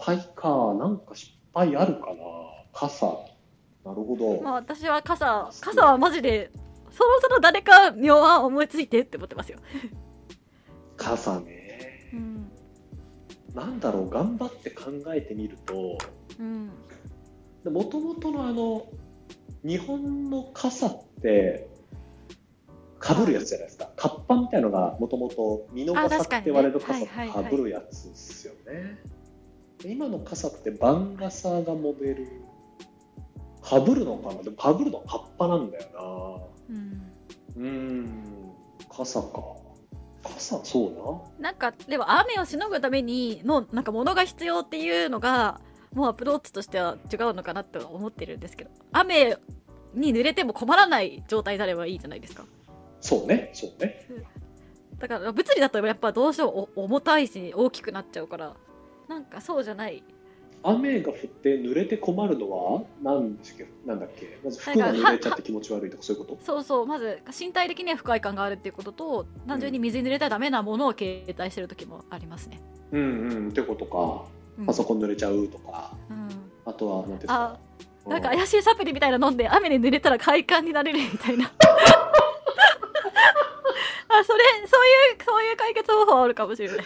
敗か。なんか失敗あるかな。傘。なるほど。 まあ私は傘はマジでそろそろ誰か妙案思いついてって思ってますよ。 傘ね。 うん。 なんだろう、頑張って考えてみると、 うん。 もともとの日本の傘って、かぶるやつじゃないですか。カッパみたいのがもともとミノあ、 傘確かにね。 って言われるはい傘ってかはいはい。 ぶるやつですよね。で今の傘って番傘がモデル。かぶるのかな。でもかぶるのは葉っぱなんだようん。 な。傘か。傘、そうなんかでも雨をしのぐためにのなんか物が必要っていうのがもうアプローチとしては違うのかなって思ってるんですけど、雨に濡れても困らない状態であればいいじゃないですか。 な。そうね、そうね。 だから物理だとやっぱどうしても重たいし大きくなっちゃうから、なんかそうじゃない。 雨が降って濡れて困るのはなんだっけ、まず服がなんか濡れちゃって気持ち悪いとかそういうこと？ そうそう、まず身体的には不快感があるっていうことと、単純に水に濡れたらダメなものを携帯してる時もありますね。 ってことか。 うん、 パソコン濡れちゃうとか。 うん、 あとは何ていうんですか。 なんか怪しいサプリみたいなの飲んで雨に濡れたら快感になれるみたいなそういう解決方法あるかもしれない。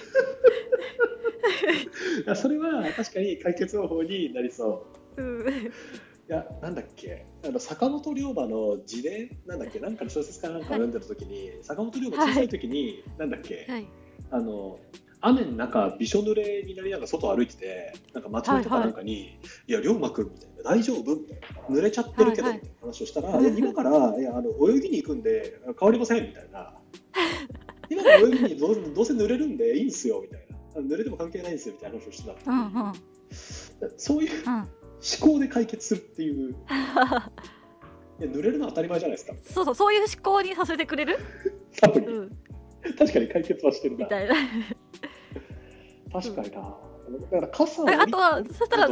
いやそれは確かに解決方法になりそう。 うん、 いやなんだっけ、坂本龍馬の自伝なんだっけ、なんかの小説かなんか読んでた時に、坂本龍馬小さい時に、なんだっけ、 はい、 雨の中びしょ濡れになりながら外を歩いてて、なんか街の人かなんかに、いや龍馬くんみたいな、大丈夫みたいな、濡れちゃってるけどみたいな話をしたら、いや今から泳ぎに行くんで変わりませんみたいな、今から泳ぎにどうせ濡れるんでいいんですよみたいな、濡れても関係ないんですよみたいな話をしてた。 うんうん、 そういう思考で解決するっていう。いや濡れるのは当たり前じゃないですか。 そうそう、そういう思考にさせてくれる。 サプリ、確かに解決はしてるなみたいな。 確かにな。だから傘をあとはそしたら、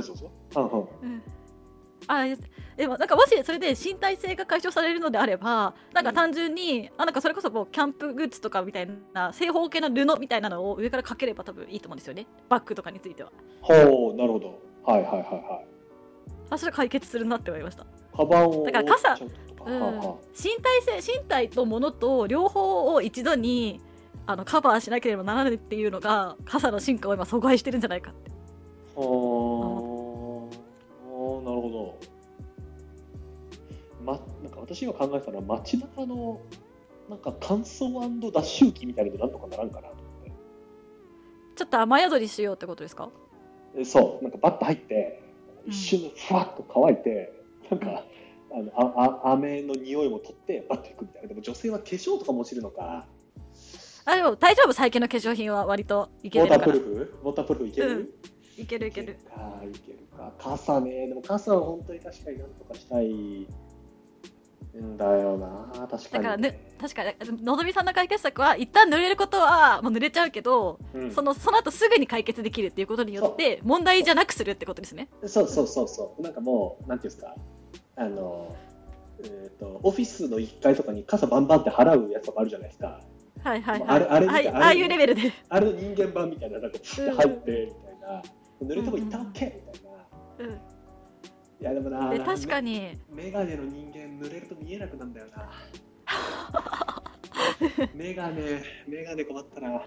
でもなんかもしそれで身体性が解消されるのであれば、なんか単純に、なんかそれこそもうキャンプグッズとかみたいな正方形の布みたいなのを上からかければ多分いいと思うんですよね。バッグとかについては。 ほう、なるほど。はいはいはいはい。 それ解決するなって思いました。 カバンをだから傘、身体と物と両方を一度にカバーしなければならないっていうのが傘の進化を今阻害してるんじゃないかって。 なるほど。なんか私が考えたのは街中のなんか乾燥脱臭機みたいなのでなんとかならんかなと思って。 ちょっと雨宿りしようってことですか？ そう、なんかバッと入って一瞬でふわっと乾いて、なんか雨の匂いも取ってバッといくみたいな。でも女性は化粧とかも落ちるのか。 でも大丈夫、最近の化粧品は割といけてるから。 ウォータープルーフいける？ いける。 いけるか。傘ね。でも傘は本当に確かになんとかしたいんだよな。確かに、ね。 だからね、確かにのぞみさんの解決策は一旦濡れることはもう濡れちゃうけど、その後すぐに解決できるっていうことによって問題じゃなくするってことですね。 そうなんかもうなんていうんですか、オフィスの1階とかに傘バンバンって払うやつとかあるじゃないですか。 ああいうレベルであれの人間版みたいな、なんかピッて入ってみたいな、濡れても一旦 OK みたいな。いやでもな、 確かにメガネの人間濡れると見えなくなるんだよな。メガネ困ったな。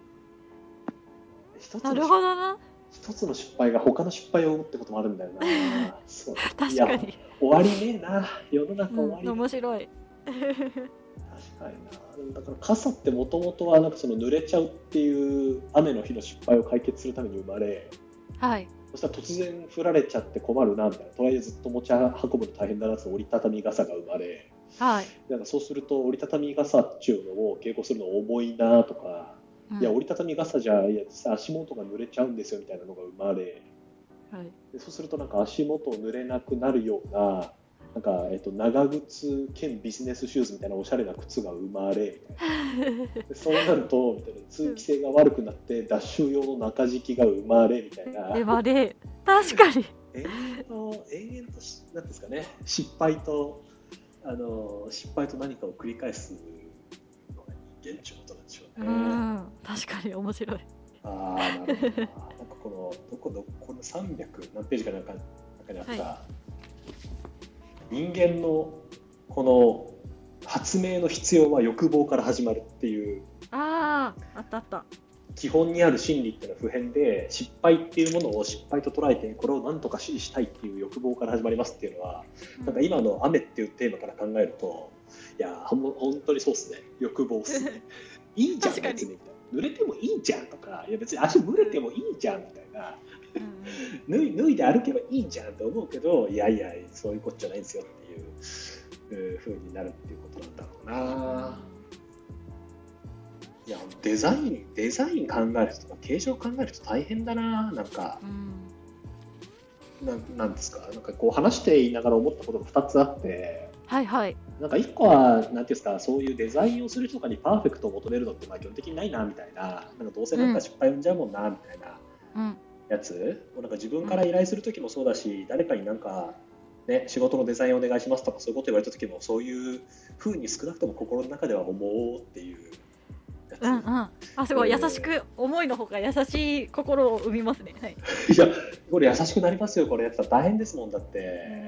なるほどな。 一つの失敗が他の失敗を生むってこともあるんだよな。そう確かに終わりねえな、世の中終わり、 面白い。 確かにな。だから傘ってもともとはなんかその濡れちゃうっていう雨の日の失敗を解決するために生まれ、そしたら突然降られちゃって困るなみたいな、とはいえずっと持ち運ぶの大変だなと折りたたみ傘が生まれ、なんかそうすると折りたたみ傘っていうのを稽古するの重いなとか、いや折りたたみ傘じゃ足元が濡れちゃうんですよみたいなのが生まれ、でそうするとなんか足元を濡れなくなるような、なんか長靴兼ビジネスシューズみたいなおしゃれな靴が生まれみたいな。でそうなるとみたいな、通気性が悪くなって脱臭用の中敷きが生まれみたいな。 確かに永遠となんですかね、失敗と何かを繰り返すのが人間ってことなんでしょうね。 確かに面白い。 なるほどな。なんかどここの300何ページかなんかにあった、はい、人間のこの発明の必要は欲望から始まるっていう、 あった基本にある心理っていうのは普遍で、失敗っていうものを失敗と捉えてこれを何とかしたいっていう欲望から始まりますっていうのは、なんか今の雨っていうテーマから考えると、いや本当にそうっすね、欲望っすねいいじゃん別にみたいな、濡れてもいいじゃんとか、いや別に足蒸れてもいいじゃんみたいな、脱いで歩けばいいじゃんって思うけど、いやそういうこっちゃないんですよっていう風になるっていうことなんだろうな。いやデザイン考える人とか形状考える人大変だな。なんか、なんですか、なんかこう話していながら思ったことが2つあって、 はいはい、 なんか1個はなんていうんですか、そういうデザインをする人とかにパーフェクトを求めるのって基本的にないなみたいな、なんかどうせなんか失敗生んじゃうもんなみたいなやつ、なんか自分から依頼する時もそうだし、誰かになんかね、仕事のデザインお願いしますとかそういうこと言われた時も、そういう風に少なくとも心の中では思おうっていうやつ、 すごい優しく、思いの方が優しい心を生みますね、はい、 いやこれ優しくなりますよ、これやったら大変ですもんだって、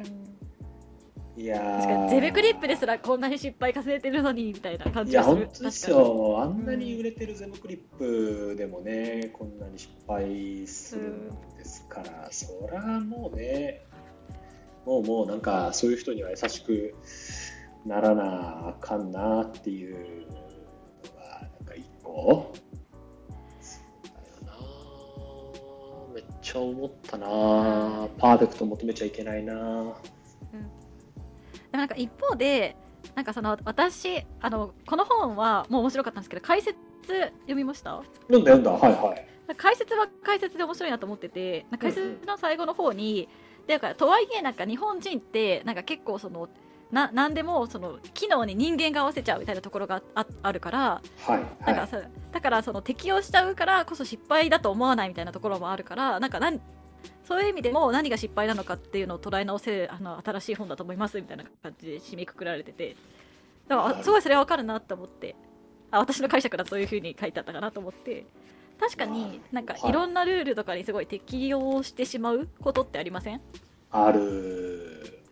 いや確かにゼブクリップですらこんなに失敗重ねてるのにみたいな感じがする。いや本当ですよ、あんなに売れてるゼブクリップでもね、こんなに失敗するんですから、そりゃもうね、もうなんかそういう人には優しくならなあかんなっていうのがなんか一個そうだよな。めっちゃ思ったな。パーフェクト求めちゃいけないな。 でもなんか一方で、なんかその私この本はもう面白かったんですけど、解説読みました？ 読んだはいはい。 解説は解説で面白いなと思ってて、解説の最後の方に、でなんかとはいえなんか日本人ってなんか結構その何でもその機能に人間が合わせちゃうみたいなところが あるから、 はいはい、 なんかだからその適用しちゃうからこそ失敗だと思わないみたいなところもあるから、なんかそういう意味でも何が失敗なのかっていうのを捉え直せる新しい本だと思いますみたいな感じで締めくくられてて、だからすごいそれは分かるなと思って、私の解釈だとそういう風に書いてあったかなと思って、確かになんかいろんなルールとかにすごい適用してしまうことってありません？ ある。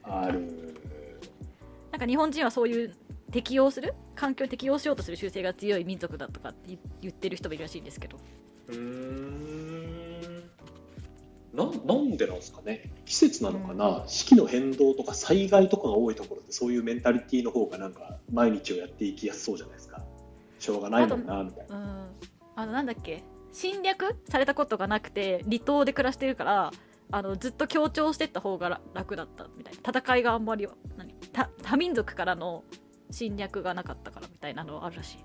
なんか日本人はそういう適応する環境に適応しようとする習性が強い民族だとかって言ってる人もいるらしいんですけど、 なんでなんですかね。季節なのかな、四季の変動とか災害とかが多いところってそういうメンタリティの方がなんか毎日をやっていきやすそうじゃないですか。しょうがないもんなみたいな。 なんだっけ、侵略されたことがなくて離島で暮らしてるからずっと協調してった方が楽だったみたいな、戦いがあんまり多民族からの侵略がなかったからみたいなのあるらしい。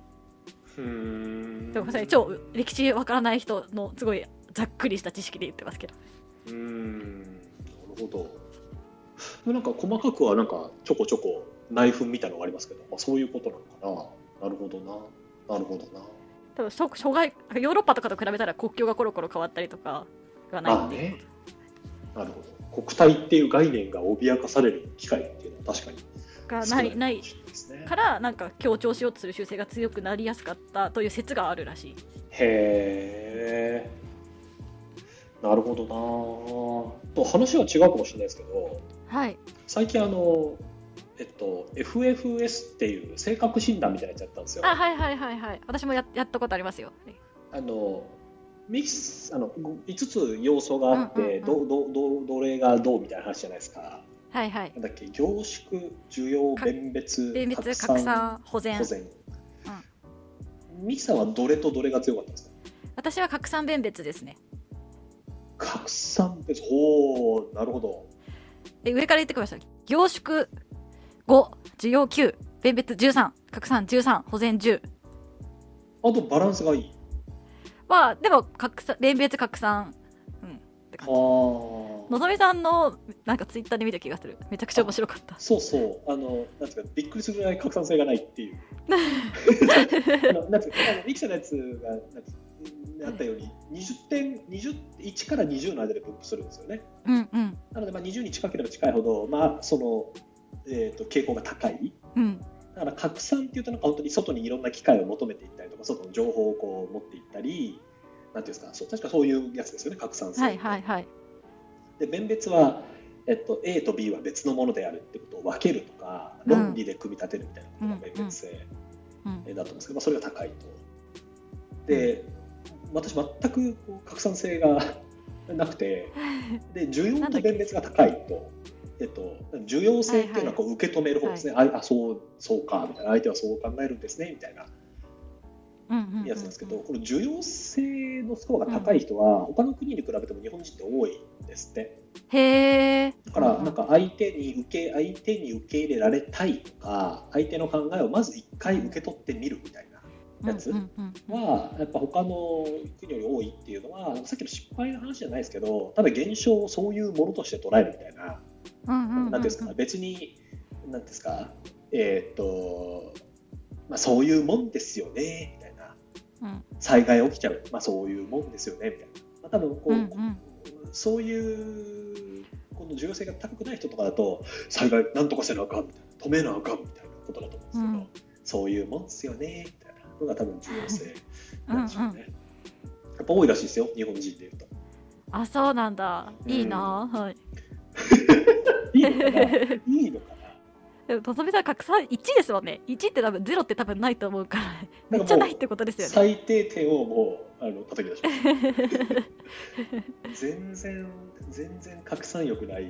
超歴史わからない人のすごいざっくりした知識で言ってますけど。 なるほど。なんか細かくはなんかちょこちょこ内紛みたいなのがありますけど、そういうことなのかな。なるほどな。 多分諸外ヨーロッパとかと比べたら国境がコロコロ変わったりとかがないっていうこと。 なるほど。国体っていう概念が脅かされる機会っていうのは確かにがないからなんか強調しようとする習性が強くなりやすかったという説があるらしい。 へー、なるほどな。と話は違うかもしれないですけど、 はい、 最近FFS っていう性格診断みたいなやつやったんですよ。 はい私もやったことありますよ。 5つ要素があって、どれがどうみたいな話じゃないですか。 はいはい。 なんだっけ、凝縮、受容、弁別、 拡散、保全。 ミキさんはどれとどれが強かったんですか？ 私は拡散弁別ですね。 拡散弁別、ほー、なるほど。 上から言ってください。凝縮5、受容9、弁別13、拡散13、保全10。 あとバランスがいい。 でも弁別拡散、って感じ。のぞみさんのなんかツイッターで見た気がする。めちゃくちゃ面白かった。 そうなんつうかびっくりするぐらい拡散性がないっていうなんつうかミキさんのやつがあったように1から20の間で分布するんですよね。なので20に近ければ近いほど、傾向が高い。だから拡散っていうとなんか本当に外にいろんな機会を求めていったりとか、外の情報をこう持っていったり、 ていうんですか、確かそういうやつですよね、拡散性。 はいはいはい。 で弁別は、A と B は別のものであるってことを分けるとか、論理で組み立てるみたいなことが弁別性だと思うんですけど、それが高いと。で、私全く拡散性がなくて、で需要と弁別が高いと、需要性っていうのはこう受け止める方ですね。そうかみたいな、相手はそう考えるんですねみたいなやつなんですけど、この需要性のスコアが高い人は他の国に比べても日本人って多いんですって。 へー。 だからなんか相手に受け入れられたいとか、相手の考えをまず一回受け取ってみるみたいなやつはやっぱ他の国より多いっていうのは、さっきの失敗の話じゃないですけど、ただ現象をそういうものとして捉えるみたいな、なんていうんですか、別になんですか、そういうもんですよねみたいな、災害起きちゃう、そういうもんですよねみたいな、多分こう、そういうこの重要性が高くない人とかだと、災害なんとかせなあかんみたいな、止めなあかんみたいなことだと思うんですけど、そういうもんですよねみたいなのが多分重要性なんでしょうね。やっぱ多いらしいですよ、日本人でいうと。 あ、そうなんだ。いいな、はい。 いいのかな。いいのかな。 でもとぞみさん拡散1ですもんね。1って多分0って多分ないと思うからめっちゃないってことですよね。 最低点をもう叩き出します全然拡散欲ない、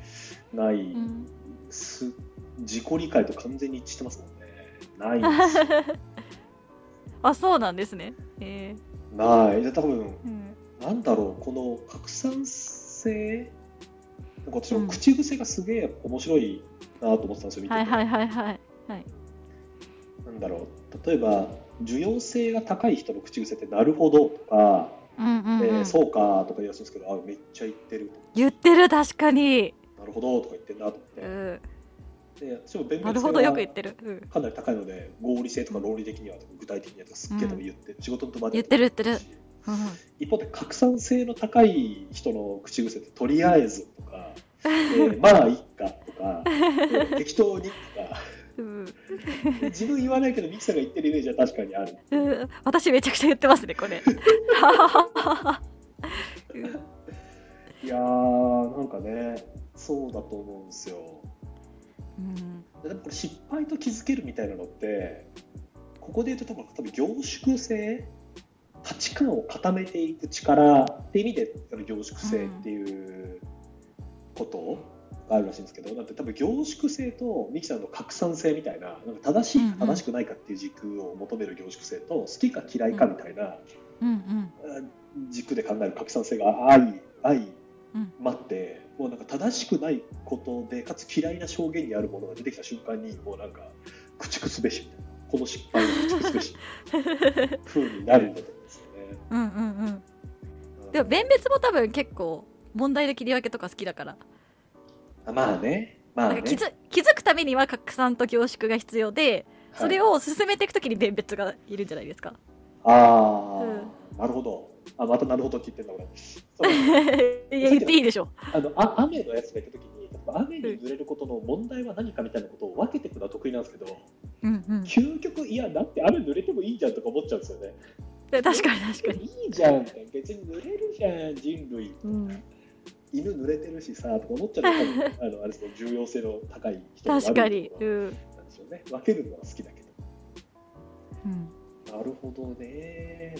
自己理解と完全に一致してますもんね。ないですあ、そうなんですね。 ないで多分、なんだろう、この拡散性、私も口癖がすげえ面白いなと思ってたんですよ、見てて。なんだろう、例えば需要性が高い人の口癖ってなるほどとか、そうかとか言い出すんですけど、めっちゃ言ってる。 言ってる、確かに。 なるほどとか言ってるなと思って。で私も弁別性はかなり高いので、合理性とか論理的には具体的にはすっげえ言ってる、仕事の場で言ってる。 一方で拡散性の高い人の口癖ってとりあえずとか、まあいっかとか、適当にとか自分言わないけどミキさんが言ってるイメージは確かにある。 私めちゃくちゃ言ってますねこれいやー、なんかね、そうだと思うんですよ。でもこれ失敗と気づけるみたいなのって、ここで言うと多分凝縮性、価値観を固めていく力って意味で凝縮性っていうことがあるらしいんですけど、だって多分凝縮性とミキさんの拡散性みたいな、なんか正しいか正しくないかっていう軸を求める凝縮性と、好きか嫌いかみたいな軸で考える拡散性が相まって、もうなんか正しくないことでかつ嫌いな証言にあるものが出てきた瞬間に、もうなんか駆逐すべしみたいな、この失敗を駆逐すべし風になるんだと思うんですよね。 でも弁別も多分結構問題の切り分けとか好きだから。 まあね、 気づくためには拡散と凝縮が必要で、それを進めていくときに弁別がいるんじゃないですか。 なるほど。またなるほどって言ってんだ俺。 言っていいでしょ。 雨のやつが言ったときに、雨に濡れることの問題は何かみたいなことを分けていくのは得意なんですけど、究極いやだって雨濡れてもいいじゃんとか思っちゃうんですよね。 確かにいいじゃん、別に濡れるじゃん人類、犬濡れてるしさとか思っちゃうと、あれですね、重要性の高い人が悪いところなんですよね。分けるのは好きだけど。なるほどね。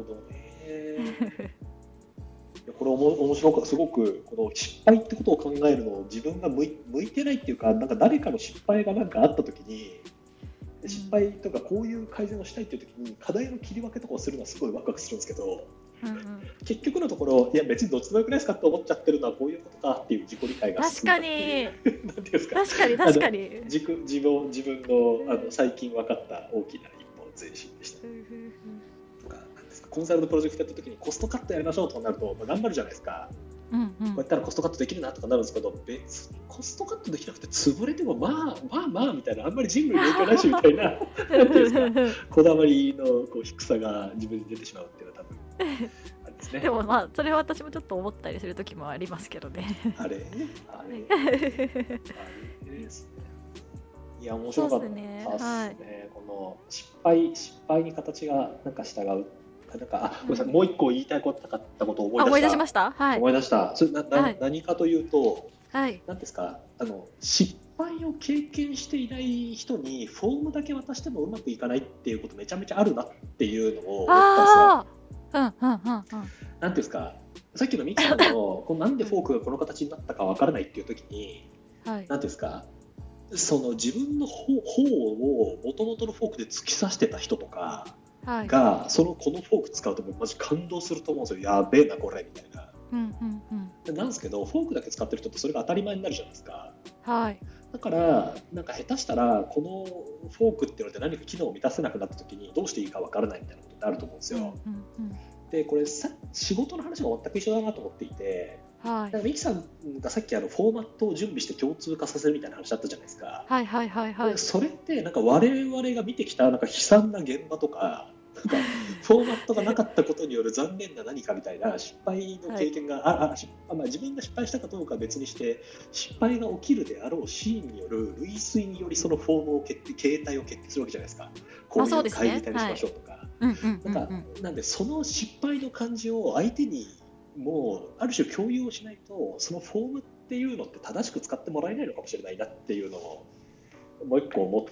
これ面白かった。すごくこの失敗ってことを考えるのを自分が向いてないっていうか、なんか誰かの失敗がなんかあった時に、失敗とかこういう改善をしたいっていう時に課題の切り分けとかをするのはすごいワクワクするんですけど、結局のところ、いや別にどっちでもよくないですかって思っちゃってるのはこういうことかっていう自己理解が確かになんていうんですか、 確かに自分の最近分かった大きな一歩前進でした。コンサルのプロジェクトやった時にコストカットやりましょうとかなると、頑張るじゃないですか。こうやったらコストカットできるなとかなるんですけど、別にコストカットできなくて潰れてもまあみたいな、あんまり人類に影響ないしみたいななんていうんですか、こだわりのこう低さが自分に出てしまうっていうのは多分あれですね。 でもそれは私もちょっと思ったりする時もありますけどね。あれですね。いや面白かったですね。この失敗に形がなんか従うっなんかごめんなさい、もう一個言いたいかったことを思い出した。 思い出しました。はい。 思い出した。それはい、 何かというと、 はい、 何ですか、失敗を経験していない人にフォームだけ渡してもうまくいかないっていうことめちゃめちゃあるなっていうのを思ったんですよ。 うんうんうんうん。 なんていうんですか、さっきのミキさんのこうなんでフォークがこの形になったかわからないっていう時に、 はい、 なんていうんですか、その自分の方を元々のフォークで突き刺してた人とかが、このフォーク使うとマジ感動すると思うんですよ。やべえなこれみたいな。 うんうんうん。 なんですけど、フォークだけ使ってる人ってそれが当たり前になるじゃないですか。 はい。 だからなんか下手したらこのフォークっていうので何か機能を満たせなくなった時にどうしていいかわからないみたいなことってあると思うんですよ。 うんうんでこれ仕事の話が全く一緒だなと思っていて、 はい、 ミキさんがさっきフォーマットを準備して共通化させるみたいな話だったじゃないですか。 はいはいはいはい。 それってなんか我々が見てきたなんか悲惨な現場とか、なんかフォーマットがなかったことによる残念な何かみたいな失敗の経験が、自分が失敗したかどうかは別にして失敗が起きるであろうシーンによる類推によりそのフォームを形態を決定するわけじゃないですか。こういう会議体にしましょうとか、なんでその失敗の感じを相手にもうある種共有をしないとそのフォームっていうのって正しく使ってもらえないのかもしれないなっていうのをもう一個思って。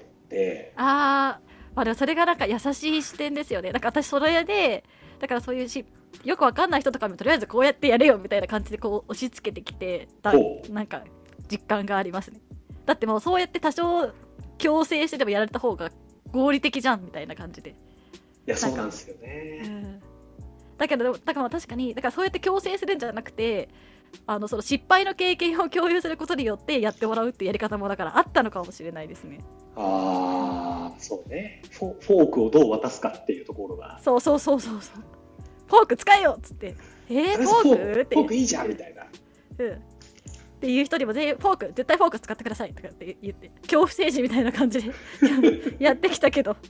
でもそれがなんか優しい視点ですよね。なんか私それでだからそういうよくわかんない人とかもとりあえずこうやってやれよみたいな感じでこう押し付けてきてなんか実感がありますね。だってもうそうやって多少強制してでもやられた方が合理的じゃんみたいな感じで。 いやそうなんですよね。 だから確かにだからそうやって強制するんじゃなくてその失敗の経験を共有することによってやってもらうっていうやり方もだからあったのかもしれないですね。 そうね。フォークをどう渡すかっていうところが。 そうフォーク使えよっつってフォークいいじゃんみたいな。 っていう人にも絶対フォーク使ってくださいとかって言って恐怖政治みたいな感じでやってきたけど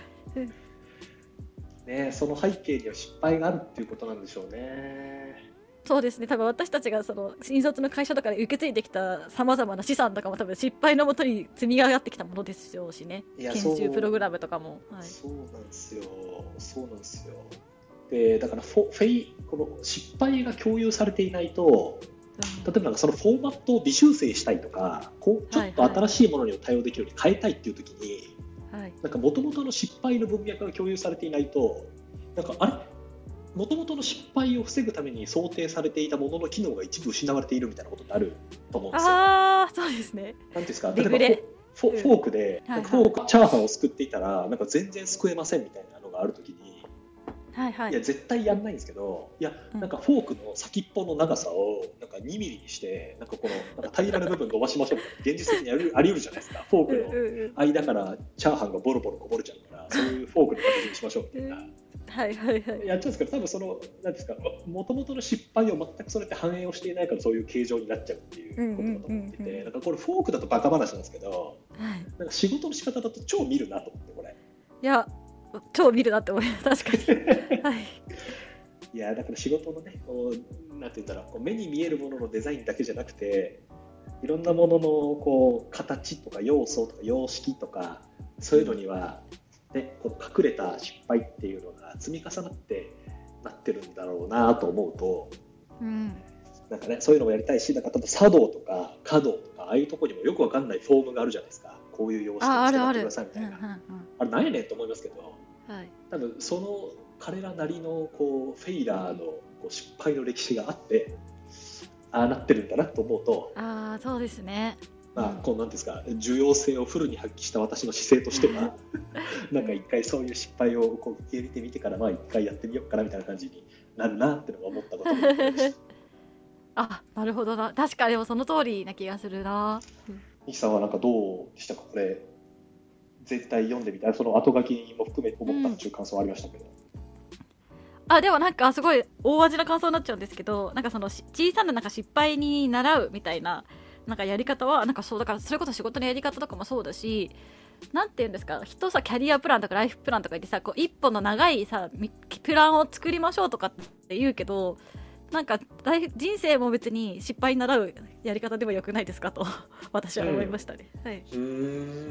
ね、その背景には失敗があるっていうことなんでしょうね。 そうですね。多分私たちがその新卒の会社とかで受け継いできたさまざまな資産とかも多分失敗のもとに積み上がってきたものでしょうしね。研修プログラムとかも、 そうなんですよ。でだからこの失敗が共有されていないと、例えばなんかそのフォーマットを微修正したいとかちょっと新しいものに対応できるように変えたいっていう時に、なんか元々の失敗の文脈が共有されていないと、なんか元々の失敗を防ぐために想定されていたものの機能が一部失われているみたいなことってあると思うんですよ。 そうですね。 なんていうんですか、例えばフォークで、チャーハンをすくっていたらなんか全然すくえませんみたいなのがあるときに、いや絶対やんないんですけど、いやなんかフォークの先っぽの長さをなんか2ミリにしてなんかこのなんか平らな部分伸ばしましょうみたいな現実的にあり得るじゃないですか。フォークの間からチャーハンがボロボロこぼれちゃうから、そういうフォークの形にしましょうみたいな。やっちゃうんですけど、多分そのなんですか、元々の失敗を全くそれって反映をしていないからそういう形状になっちゃうっていうことだと思ってて、なんかこれフォークだとバカ話なんですけど、なんか仕事の仕方だと超見るなと思って、これいや超見るなって思います確かにいやだから仕事のね、なんて言ったら目に見えるもののデザインだけじゃなくて、いろんなものの形とか要素とか様式とかそういうのには、ね、隠れた失敗っていうのが積み重なってなってるんだろうなと思うと、なんかね、そういうのもやりたいし、なんか例えば茶道とか華道とかああいうところにもよくわかんないフォームがあるじゃないですか。こういう様式を使ってくださいみたいな、あれ何やねんと思いますけど、多分その彼らなりのフェイラーの失敗の歴史があってああなってるんだなと思うと、 そうですね。 なんていうんですか、重要性をフルに発揮した私の姿勢としてはなんか一回そういう失敗を受け入れてみてから一回やってみようかなみたいな感じになるなってのが思ったことがありましたなるほどな。確かにもその通りな気がするな。 ミキさんはなんかどうでしたか、これ絶対読んでみたい、その後書きも含め思ったっていう感想はありましたけど、 でもなんかすごい大味な感想になっちゃうんですけど、なんかその小さななんか失敗に習うみたいななんかやり方はなんかそうだから、それこそ仕事のやり方とかもそうだし、なんていうんですか、人キャリアプランとかライフプランとか言ってさ、一本の長いプランを作りましょうとかって言うけど、なんか人生も別に失敗に習うやり方でもよくないですかと私は思いましたね。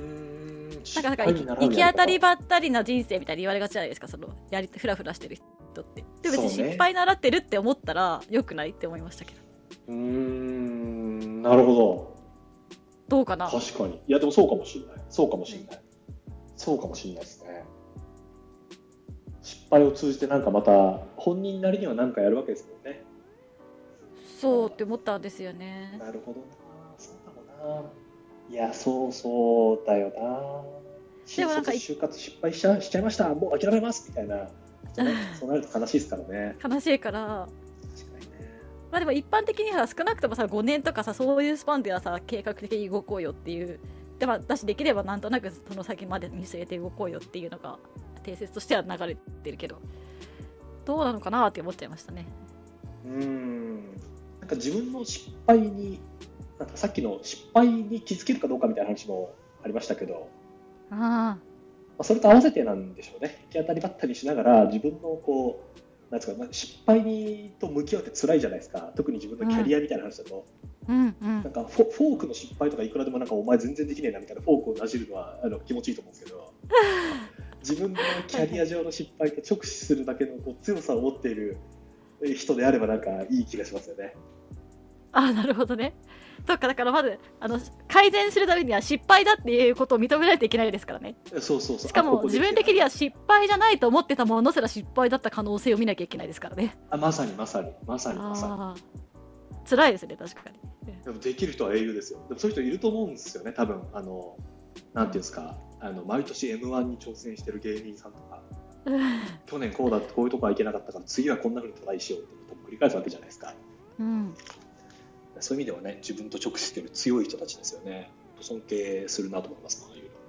なんか行き当たりばったりな人生みたいに言われがちじゃないですか、そのフラフラしてる人。 とって。で別に失敗習ってるって思ったら良くないって思いましたけど。 なるほど。 どうかな。 確かに。いやでもそうかもしれない。そうかもしれない。そうかもしれないですね。失敗を通じてなんかまた本人なりには何かやるわけですもんね。 そうって思ったんですよね。 なるほどな。そうかもな。いやそうだよな。新卒就活失敗しちゃいました、もう諦めますみたいな、そうなると悲しいですからね。 悲しいから。確かにね。まあでも一般的には少なくともさ5年とかさそういうスパンではさ計画的に動こうよっていう、でも私できればなんとなくその先まで見据えて動こうよっていうのが定説としては流れてるけど、どうなのかなって思っちゃいましたね。 なんか自分の失敗になんかさっきの失敗に気づけるかどうかみたいな話もありましたけど、それと合わせてなんでしょうね。行き当たりばったりしながら自分のこうなんですか、失敗と向き合うって辛いじゃないですか。特に自分のキャリアみたいな話だと、なんかフォークの失敗とかいくらでもなんかお前全然できねえなみたいなフォークをなじるのは気持ちいいと思うんですけど自分のキャリア上の失敗と直視するだけのこう強さを持っている人であればなんかいい気がしますよね。 なるほどね。そっか、だからまず改善するためには失敗だっていうことを認めないといけないですからね。 そうしかも自分的には失敗じゃないと思ってたものすら失敗だった可能性を見なきゃいけないですからね。 まさに辛いですね、確かに。 でもできる人は英雄ですよ。でもそういう人いると思うんですよね、多分なんていうんですか、毎年 M1 に挑戦してる芸人さんとか去年こうだってこういうとこはいけなかったから次はこんな風にトライしようって繰り返すわけじゃないですか。そういう意味ではね、自分と直視している強い人たちですよね。尊敬するなと思います。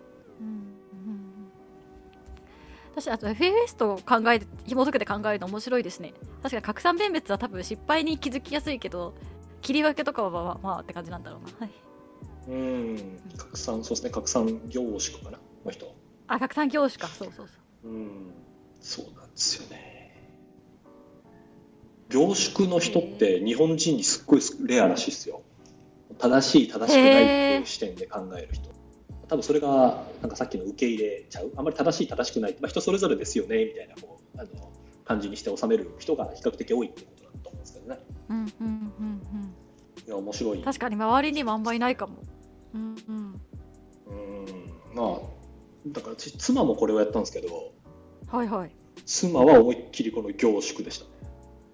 私FAS と紐解けて考えるの面白いですね。確かに拡散弁別は多分失敗に気づきやすいけど、切り分けとかはまあって感じなんだろうな。 拡散、そうですね、拡散凝縮かなの人。 拡散凝縮か、そう。 そうなんですよね。凝縮の人って日本人にすっごいレアらしいですよ。正しい正しくないっていう視点で考える人。多分それがなんかさっきの受け入れちゃう、あんまり正しい正しくないって、人それぞれですよねみたいな感じにして収める人が比較的多いってことだと思うんですけどね。いや面白い。 確かに周りにもあんまりないかも。 まあだから妻もこれをやったんですけど、妻は思いっきりこの凝縮でしたね。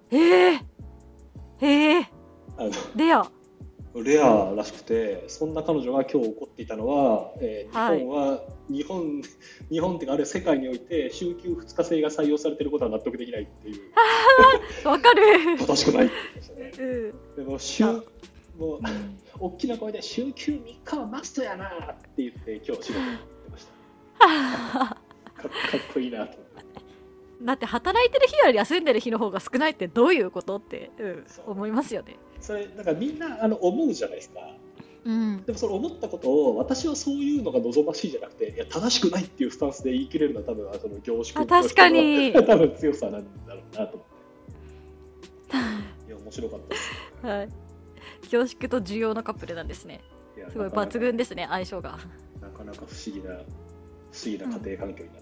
レアらしくて、そんな彼女が今日起こっていたのは、日本っていうかあるいは世界において週休2日制が採用されていることは納得できないっていうわかる。 正しくないって言ってましたね。でも大きな声で週休3日はマストやなって言って今日仕事に行ってましたかっこいいなと思って。 だって働いてる日より休んでる日の方が少ないってどういうことって、思いますよね。 それなんかみんな思うじゃないですか。でもそれ思ったことを私はそういうのが望ましいじゃなくて、いや正しくないっていうスタンスで言い切れるのは多分その凝縮の確かに多分強さなんだろうなと思っていや面白かったです、 凝縮と需要のカップルなんですね。すごい抜群ですね、相性が。 なかなか不思議な家庭環境になってるんです、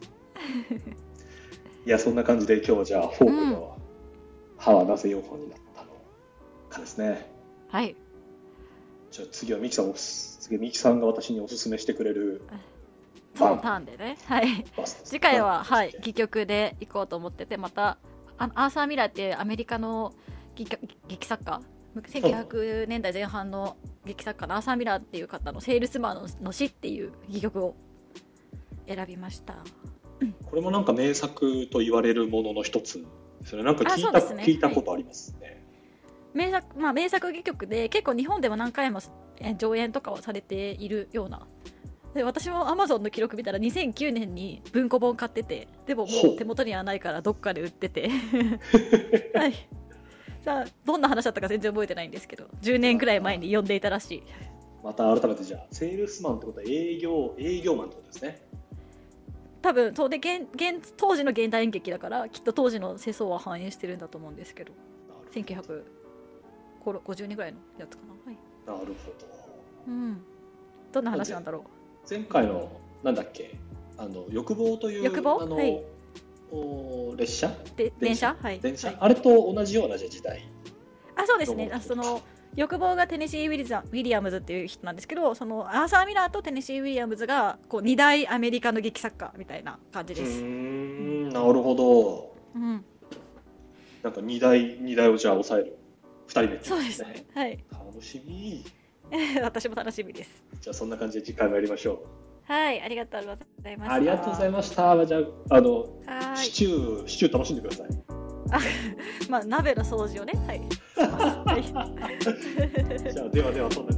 いやそんな感じで今日はじゃあフォークの歯はなぜ4本になったのかですね。じゃあ次はミキさんが私におすすめしてくれるそのターンでね、次回は、戯曲で行こうと思ってて、またアーサー・ミラーっていうアメリカの劇作家、1900年代前半の劇作家のアーサー・ミラーっていう方のセールスマンの死っていう戯曲を選びました。 これもなんか名作と言われるものの一つですよね。なんか聞いたことありますね。 名作戯曲で結構日本でも何回も上演とかをされているような。で私も Amazon の記録見たら2009年に文庫本買ってて、でももう手元にはないからどっかで売っててさあどんな話だったか全然覚えてないんですけど、10年ぐらい前に読んでいたらしい。 また改めてじゃあセールスマンってことは営業マンってことですね。 多分そうで当時の現代演劇だからきっと当時の世相は反映してるんだと思うんですけど、1950年ぐらいのやつかな。 なるほど。 どんな話なんだろう。 前回のなんだっけ、欲望という列車で電車、はい、 電車、はい、あれと同じような時代。 そうですね。その欲望がテネシー・ウィリアムズっていう人なんですけど、そのアーサー・ミラーとテネシー・ウィリアムズがこう2大アメリカの劇作家みたいな感じです。 なるほど、うん、なんか2台をじゃあ抑える2人目、ね、 そうですね、はい、 楽しみ私も楽しみです。 じゃあそんな感じで次回もやりましょう。 はい、ありがとうございました。 ありがとうございました。じゃあシチュー楽しんでください。 まあ鍋の掃除をね、はい。 じゃあではそんな